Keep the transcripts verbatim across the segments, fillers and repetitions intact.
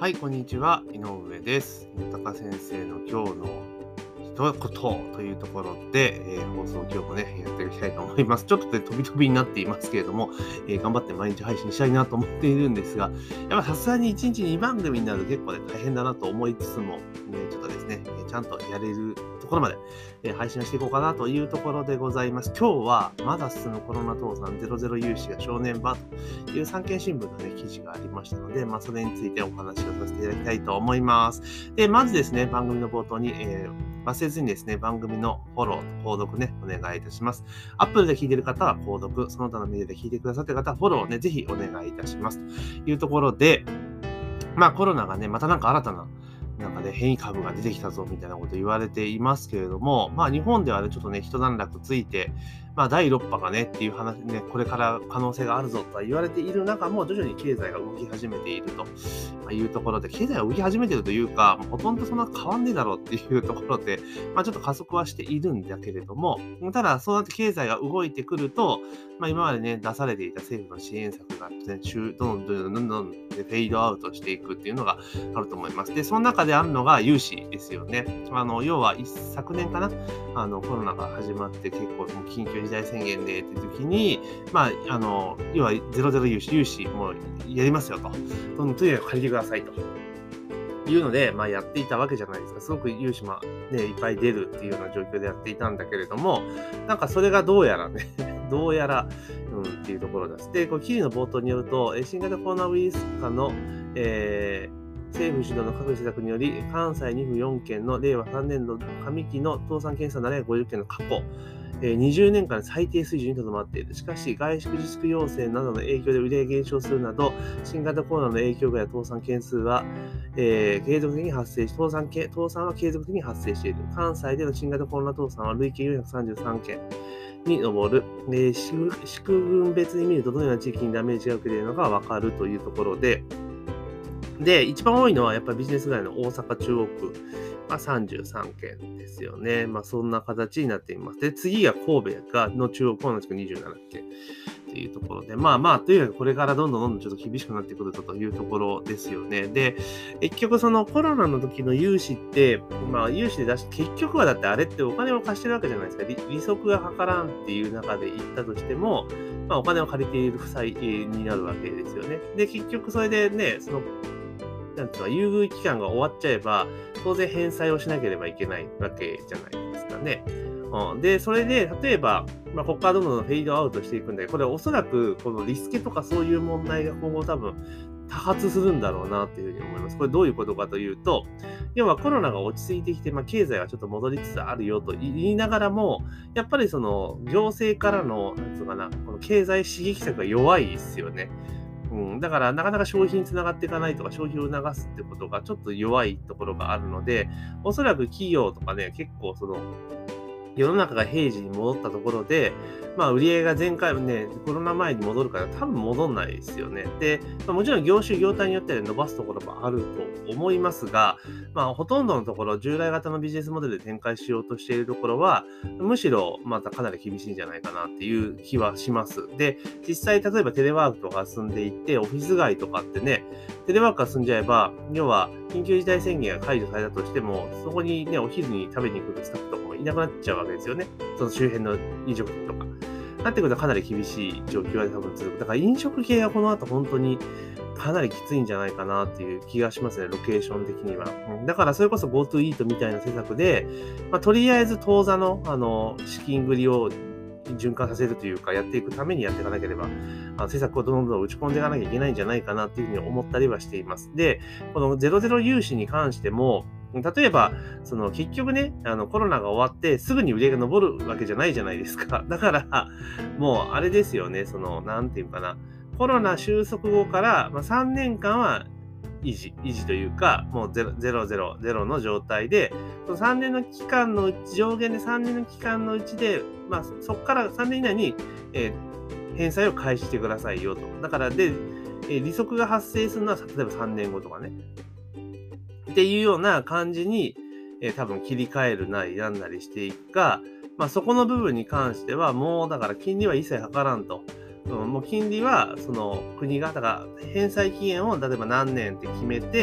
はい、こんにちは。井上です。豊先生の今日の一言というところで、えー放送を今日もね、やっていきたいと思います。ちょっとね、飛び飛びになっていますけれども、えー頑張って毎日配信したいなと思っているんですが、やっぱさすがにいちにちにばん組になると結構ね、大変だなと思いつつも、ね、ちょっとですね、えーちゃんとやれるところまで、えー配信をしていこうかなというところでございます。今日は、まだ進むコロナ倒産ゼロゼロ融資が正念場という産経新聞のね、記事がありましたので、まあ、それについてお話をさせていただきたいと思います。で、まずですね、番組の冒頭に、えー忘れずにですね、番組のフォロー、購読ね、お願いいたします。Apple で聞いている方は購読、その他のメディアで聞いてくださっている方はフォローをね、ぜひお願いいたします。というところで、まあコロナがね、またなんか新たな、なんかね、変異株が出てきたぞみたいなこと言われていますけれども、まあ日本ではね、ちょっとね、一段落ついて、まあだいろく波がねっていう話ね、これから可能性があるぞとは言われている中も、徐々に経済が動き始めているというところで、経済が動き始めているというか、ほとんどそんな変わんねえだろうっていうところで、まあちょっと加速はしているんだけれども、ただそうやって経済が動いてくると、まあ今までね、出されていた政府の支援策がね、どんどんどんどんどんフェードアウトしていくっていうのがあると思います。で、その中であるのが融資ですよね。あの、要は一昨年かな、あの、コロナが始まって結構もう緊急事態宣言でって時に、まあ、あの、要はゼロゼロ融資、融資もうやりますよと。とにかく借りてくださいと。いうので、まあやっていたわけじゃないですか。すごく融資もね、いっぱい出るっていうような状況でやっていたんだけれども、なんかそれがどうやらね、どうやら、うん、っていうところです。で、こう記事の冒頭によると、え新型コロナウイルス禍の、えー政府主導の各施策により、関西に府よんけんの令和さんねん度上期の倒産件数はななひゃくごじゅっけんの過去、えーにじゅうねんかんで最低水準にとどまっている。しかし、外出自粛要請などの影響で売上減少するなど、新型コロナの影響がや倒産件数は、えー継続的に発生し、倒産け、倒産は継続的に発生している。関西での新型コロナ倒産は累計よんひゃくさんじゅうさんけんに上る。えー、市市区群別に見るとどのような地域にダメージが受けているのかわかるというところで、で、一番多いのはやっぱりビジネス街の大阪中央区がさんじゅうさんけんですよね。まあそんな形になっています。で、次が神戸がの中央区の地区にじゅうななけんっていうところで、まあまあ、とにかくこれからどんどんどんどんちょっと厳しくなってくるというところですよね。で、結局そのコロナの時の融資って、まあ融資で出して、結局はだってあれってお金を貸してるわけじゃないですか。利利息がかからんっていう中で言ったとしても、まあお金を借りている負債になるわけですよね。で、結局それでね、そのなんていうか、優遇期間が終わっちゃえば、当然返済をしなければいけないわけじゃないですかね。うん、で、それで、例えば、まあ、ここからどんどんフェードアウトしていくんで、これおそらく、このリスケとかそういう問題が今後多分多発するんだろうなっていうふうに思います。これどういうことかというと、要はコロナが落ち着いてきて、まあ、経済がちょっと戻りつつあるよと言いながらも、やっぱりその行政からの、なんつうかな、この経済刺激策が弱いですよね。うん、だからなかなか消費につながっていかないとか消費を促すってことがちょっと弱いところがあるので、おそらく企業とかね、結構その世の中が平時に戻ったところで、まあ売り上げが前回ね、コロナ前に戻るから多分戻んないですよね。で、まあ、もちろん業種業態によっては伸ばすところもあると思いますが、まあほとんどのところ従来型のビジネスモデルで展開しようとしているところは、むしろまたかなり厳しいんじゃないかなっていう気はします。で、実際例えばテレワークとか進んでいって、オフィス街とかってね、テレワークが進んじゃえば、要は緊急事態宣言が解除されたとしても、そこにね、お昼に食べに来るスタッフとかもいなくなっちゃうわけですよね。その周辺の飲食店とか。なってくるとかなり厳しい状況が多分続く。だから飲食系がこの後本当にかなりきついんじゃないかなっていう気がしますね、ロケーション的には。うん、だからそれこそ GoTo イートみたいな施策で、まあ、とりあえず当座の、あの、資金繰りを循環させるというか、やっていくためにやっていかなければ、あの施策をどんどん打ち込んでいかなきゃいけないんじゃないかなっていうふうに思ったりはしています。で、このゼロゼロ融資に関しても、例えば、その結局ね、あのコロナが終わってすぐに売り上げが上るわけじゃないじゃないですか。だから、もうあれですよね、その、なんていうかな、コロナ収束後から、まあ、さんねんかんは維持、維持というか、もうゼロ、ゼロ、ゼロ、ゼロの状態で、そのさんねんの期間のうち、上限でさんねんの期間のうちで、まあ、そこからさんねん以内に、えー、返済を開始してくださいよと。だから、で、えー利息が発生するのは、例えばさんねんごとかね。っていうような感じに、えー多分切り替えるなりなんなりしていくか、まあそこの部分に関してはもうだから金利は一切測らんと。うん、もう金利はその国が、だから返済期限を例えば何年って決めて、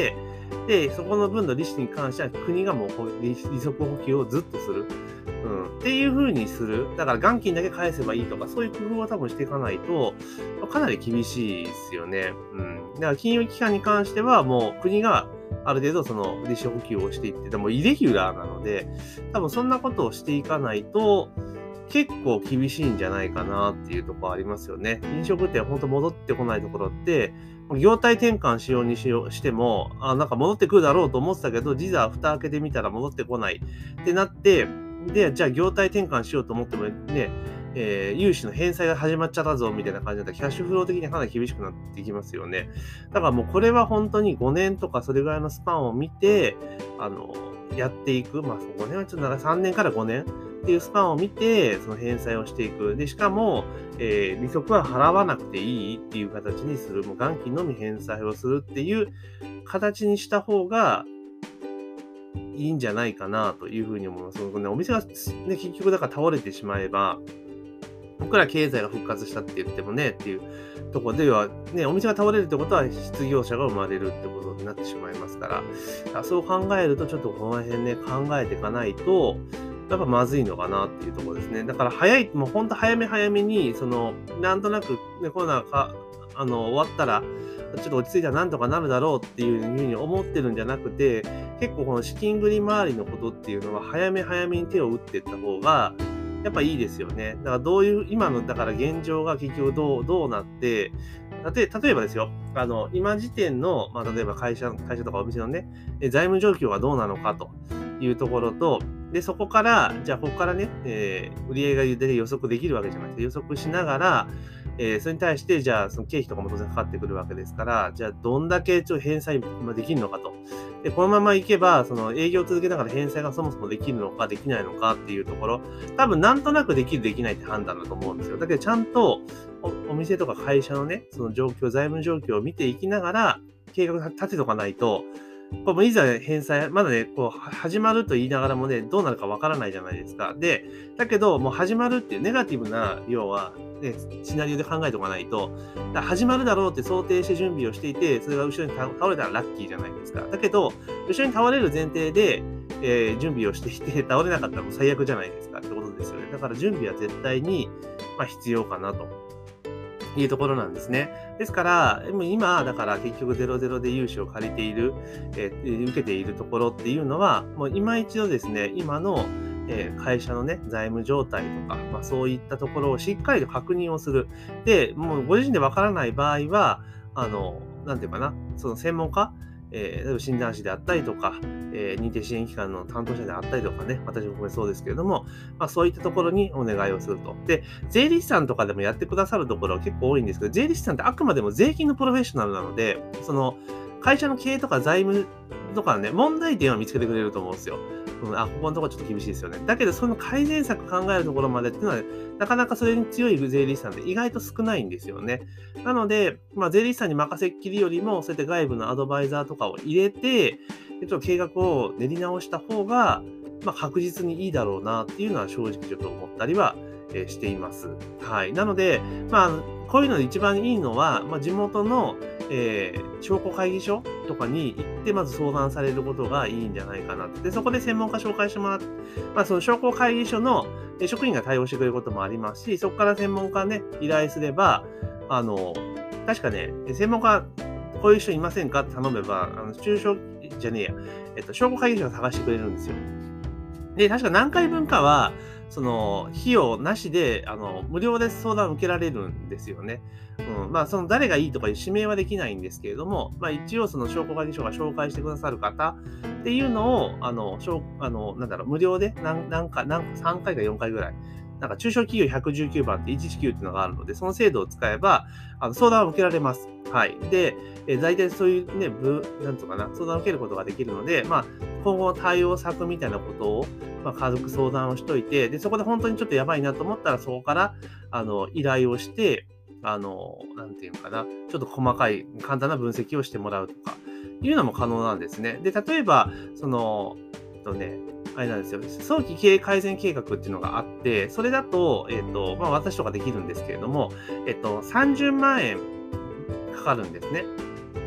で、そこの分の利子に関しては国がもうこう利利息補給をずっとする。うん、っていう風にする。だから元金だけ返せばいいとか、そういう工夫を多分していかないと、かなり厳しいですよね。うん。だから金融機関に関してはもう国がある程度その利子補給をしていって、でもイレギュラーなので、多分そんなことをしていかないと、結構厳しいんじゃないかなっていうところありますよね。飲食店本当戻ってこないところって、業態転換しようにしようしても、あ、なんか戻ってくるだろうと思ってたけど、実は蓋開けてみたら戻ってこないってなって、で、じゃあ業態転換しようと思ってもね、えー、融資の返済が始まっちゃったぞみたいな感じだったら、キャッシュフロー的にかなり厳しくなってきますよね。だからもうこれは本当にごねんとかそれぐらいのスパンを見て、あの、やっていく。まあごねんはちょっと長い、さんねんからごねんっていうスパンを見て、その返済をしていく。で、しかも、えー、利息は払わなくていいっていう形にする。もう元金のみ返済をするっていう形にした方が、いいんじゃないかなというふうに思います。そのね、お店が、ね、結局だから倒れてしまえば、僕ら経済が復活したって言ってもね、っていうところでは、ね、お店が倒れるってことは失業者が生まれるってことになってしまいますから、からそう考えるとちょっとこの辺ね、考えていかないと、やっぱまずいのかなっていうところですね。だから早い、もうほんと早め早めに、その、なんとなく、ね、コロナがあの終わったら、ちょっと落ち着いたらなんとかなるだろうっていうふうに思ってるんじゃなくて、結構この資金繰り周りのことっていうのは早め早めに手を打っていった方が、やっぱいいですよね。だからどういう、今のだから現状が結局どう、どうなって、例え例えばですよ、あの、今時点の、まあ、例えば会社、会社とかお店のね、財務状況はどうなのかというところと、で、そこから、じゃあここからね、えー、売上が出て予測できるわけじゃないですか。予測しながら、えー、それに対して、じゃあ、その経費とかも当然かかってくるわけですから、じゃあ、どんだけちょっと返済できるのかと。で、このままいけば、その営業を続けながら返済がそもそもできるのか、できないのかっていうところ、多分なんとなくできる、できないって判断だと思うんですよ。だけど、ちゃんとお、お店とか会社のね、その状況、財務状況を見ていきながら、計画立てとかないと、これもいざ返済、まだね、こう、始まると言いながらもね、どうなるかわからないじゃないですか。で、だけど、もう始まるっていうネガティブな、要は、ね、シナリオで考えておかないと、だ始まるだろうって想定して準備をしていて、それが後ろに倒れたらラッキーじゃないですか。だけど、後ろに倒れる前提で、えー、準備をしていて、倒れなかったらもう最悪じゃないですかってことですよね。だから準備は絶対に、まあ、必要かなと。いうところなんですね。ですから、今、だから結局ゼロゼロで融資を借りている、えー、受けているところっていうのは、もう今一度ですね、今の、えー、会社のね、財務状態とか、まあ、そういったところをしっかりと確認をする。で、もうご自身でわからない場合は、あの、なんていうかな、その専門家、えー、診断士であったりとか、えー、認定支援機関の担当者であったりとかね、私もそうですけれども、まあ、そういったところにお願いをすると。で、税理士さんとかでもやってくださるところは結構多いんですけど、税理士さんってあくまでも税金のプロフェッショナルなので、その会社の経営とか財務とかね、問題点を見つけてくれると思うんですよ。うん、あ、ここのところちょっと厳しいですよね。だけど、その改善策考えるところまでっていうのは、なかなかそれに強い税理士さんって意外と少ないんですよね。なので、まあ、税理士さんに任せっきりよりも、そうやって外部のアドバイザーとかを入れて、ちょっと計画を練り直した方が、まあ、確実にいいだろうなっていうのは正直ちょっと思ったりは、えー、しています。はい。なので、まあ、こういうので一番いいのは、まあ、地元の、えー、商工会議所とかに行ってまず相談されることがいいんじゃないかな。で、そこで専門家紹介してもらって、まあ、その商工会議所の職員が対応してくれることもありますし、そこから専門家ね、依頼すれば、あの、確かね、専門家、こういう人いませんかって頼めば、あの中小、じゃねえや、えっと、商工会議所が探してくれるんですよ。で、確か何回分かは、その、費用なしで、あの、無料で相談を受けられるんですよね。うん。まあ、その、誰がいいとかいう指名はできないんですけれども、まあ、一応、その、商工会議所が紹介してくださる方っていうのを、あの、しょあのなんだろう、無料で何、何回、何、さんかいかよんかいぐらい、なんか中小企業ひゃくじゅうきゅうばんっていちいちきゅうっていうのがあるので、その制度を使えば、あの相談を受けられます。はい。で、えー、大体そういうね、部、なんとかな、相談を受けることができるので、まあ、今後の対応策みたいなことを、まあ、軽く相談をしといて、で、そこで本当にちょっとやばいなと思ったら、そこから、あの、依頼をして、あの、なんていうのかな、ちょっと細かい、簡単な分析をしてもらうとか、いうのも可能なんですね。で、例えば、その、えっとね、あれなんですよ。早期経営改善計画っていうのがあって、それだと、えっと、まあ私とかできるんですけれども、えっと、さんじゅうまんえんかかるんですね。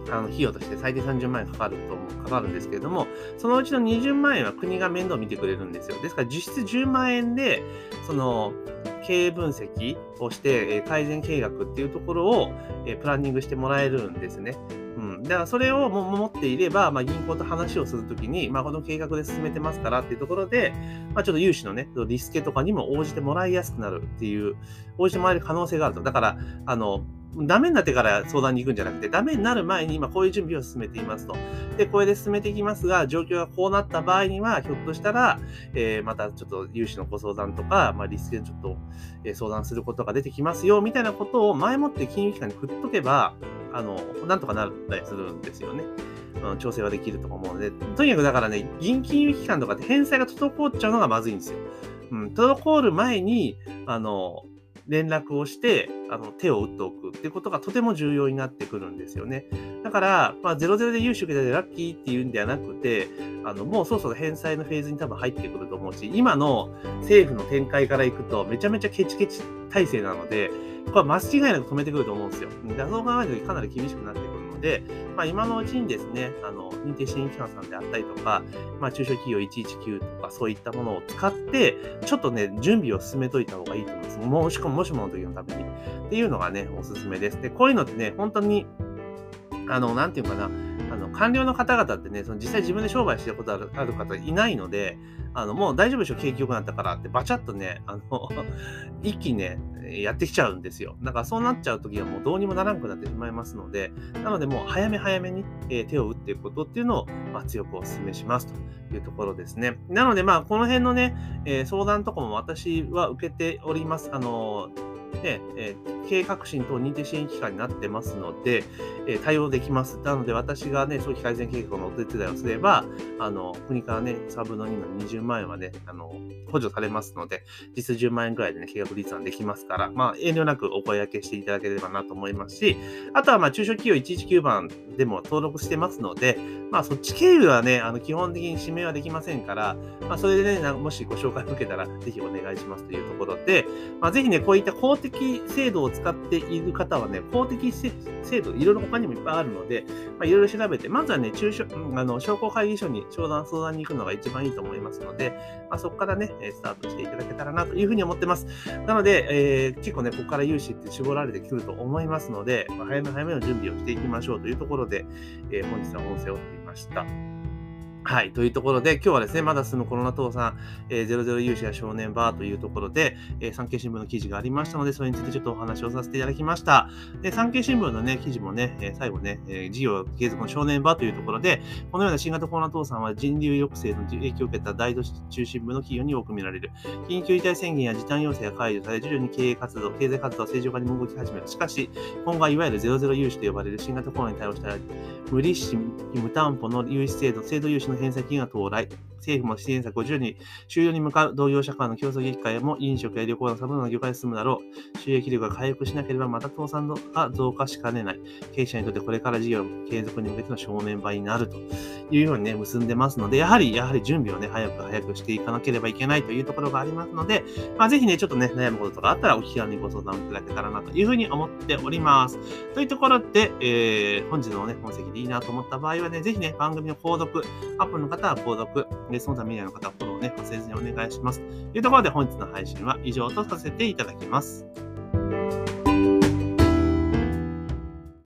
あの費用として最低さんじゅうまんえんかかると思う、かかるんですけれども、そのうちのにじゅうまんえんは国が面倒見てくれるんですよ。ですから実質じゅうまんえんで、その、経営分析をして、えー改善計画っていうところを、えープランニングしてもらえるんですね。うん。だからそれをも持っていれば、まあ、銀行と話をするときに、まあ、この計画で進めてますからっていうところで、まあ、ちょっと融資のね、リスケとかにも応じてもらいやすくなるっていう、応じてもらえる可能性があると。だから、あの、ダメになってから相談に行くんじゃなくて、ダメになる前に今こういう準備を進めていますと。で、これで進めていきますが、状況がこうなった場合には、ひょっとしたら、えーまたちょっと融資のご相談とか、まあ、リスクでちょっと、えー相談することが出てきますよ、みたいなことを前もって金融機関に振っとけば、あの、なんとかなったりするんですよね。うん、調整はできると思うので、とにかくだからね、銀金融機関とかって返済が滞っちゃうのがまずいんですよ。うん、滞る前に、あの、連絡をして、あの、手を打っておくっていうことがとても重要になってくるんですよね。だから、まあ、ゼロゼロで融資受けたでラッキーっていうんではなくて、あの、もうそろそろ返済のフェーズに多分入ってくると思うし、今の政府の展開からいくと、めちゃめちゃケチケチ体制なので、これは間違いなく止めてくると思うんですよ。だそう考えるとかなり厳しくなってくるので、まあ、今のうちにですね、あの、認定支援機関さんであったりとか、まあ、中小企業いちいちきゅうとか、そういったものを使って、ちょっとね、準備を進めといた方がいいと思います。もしくも、もしもの時のために。っていうのがね、おすすめです。で、こういうのってね、本当に、あの、なんていうかな、あの、官僚の方々ってね、その実際自分で商売してることあるある方いないので、あの、もう大丈夫でしょ、景気良くなったからって、バチャッとね、あの、一気にね、やってきちゃうんですよ。だからそうなっちゃうときはもうどうにもならんくなってしまいますので、なのでもう早め早めに、えー手を打っていくことっていうのを、まあ、強くお勧めしますというところですね。なのでまあ、この辺のね、えー相談とかも私は受けております。あのーね、えー経営革新等認定支援機関になってますので、えー対応できます。なので、私がね、早期改善計画のお手伝いをすれば、あの、国からね、さんぶんのにのにじゅうまんえんはね、あの、補助されますので、実質じゅうまんえんくらいでね、計画立案できますから、まあ、遠慮なくお声掛けしていただければなと思いますし、あとは、まあ、中小企業いちいちきゅうばんでも登録してますので、まあ、そっち経由はね、あの、基本的に指名はできませんから、まあ、それでね、なもしご紹介を受けたら、ぜひお願いしますというところで、まあ、ぜひね、こういった公的制度を使っている方はね、公的制度、いろいろ他にもいっぱいあるので、まあ、いろいろ調べて、まずはね、中小、うんあの、商工会議所に商談、相談に行くのが一番いいと思いますので、まあ、そこからね、えースタートしていただけたらなというふうに思ってます。なので、えー結構ね、ここから融資って絞られてくると思いますので、まあ、早め早めの準備をしていきましょうというところで、えー本日は音声を取りました。はい。というところで、今日はですね、まだ進むコロナ倒産、えー、ゼロゼロ融資や正念場というところで、えー、産経新聞の記事がありましたので、それについてちょっとお話をさせていただきました。で、産経新聞のね、記事もね、えー最後ね、えー事業継続の正念場というところで、このような新型コロナ倒産は人流抑制の影響を受けた大都市中心部の企業に多く見られる。緊急事態宣言や時短要請が解除され、徐々に経営活動、経済活動は正常化に動き始める。しかし、今後はいわゆるゼロゼロ融資と呼ばれる新型コロナに対応した無利子、無担保の融資制度、制度融資の返済期が到来。政府も支援策を徐々に終了に向かう。同業者間の競争激化も飲食や旅行など様々な業界で進むだろう。収益力が回復しなければまた倒産が増加しかねない。経営者にとってこれから事業継続に向けての正念場になるというようにね、結んでますので、やはり、やはり準備をね、早く早くしていかなければいけないというところがありますので、まあ、ぜひね、ちょっとね、悩むこととかあったらお気軽にご相談いただけたらなというふうに思っております。というところで、えー、本日のね、本席でいいなと思った場合はね、ぜひね、番組の購読、アップルの方は購読、でその他メディアの方はフォローをね、忘れずにお願いします。というところで本日の配信は以上とさせていただきます。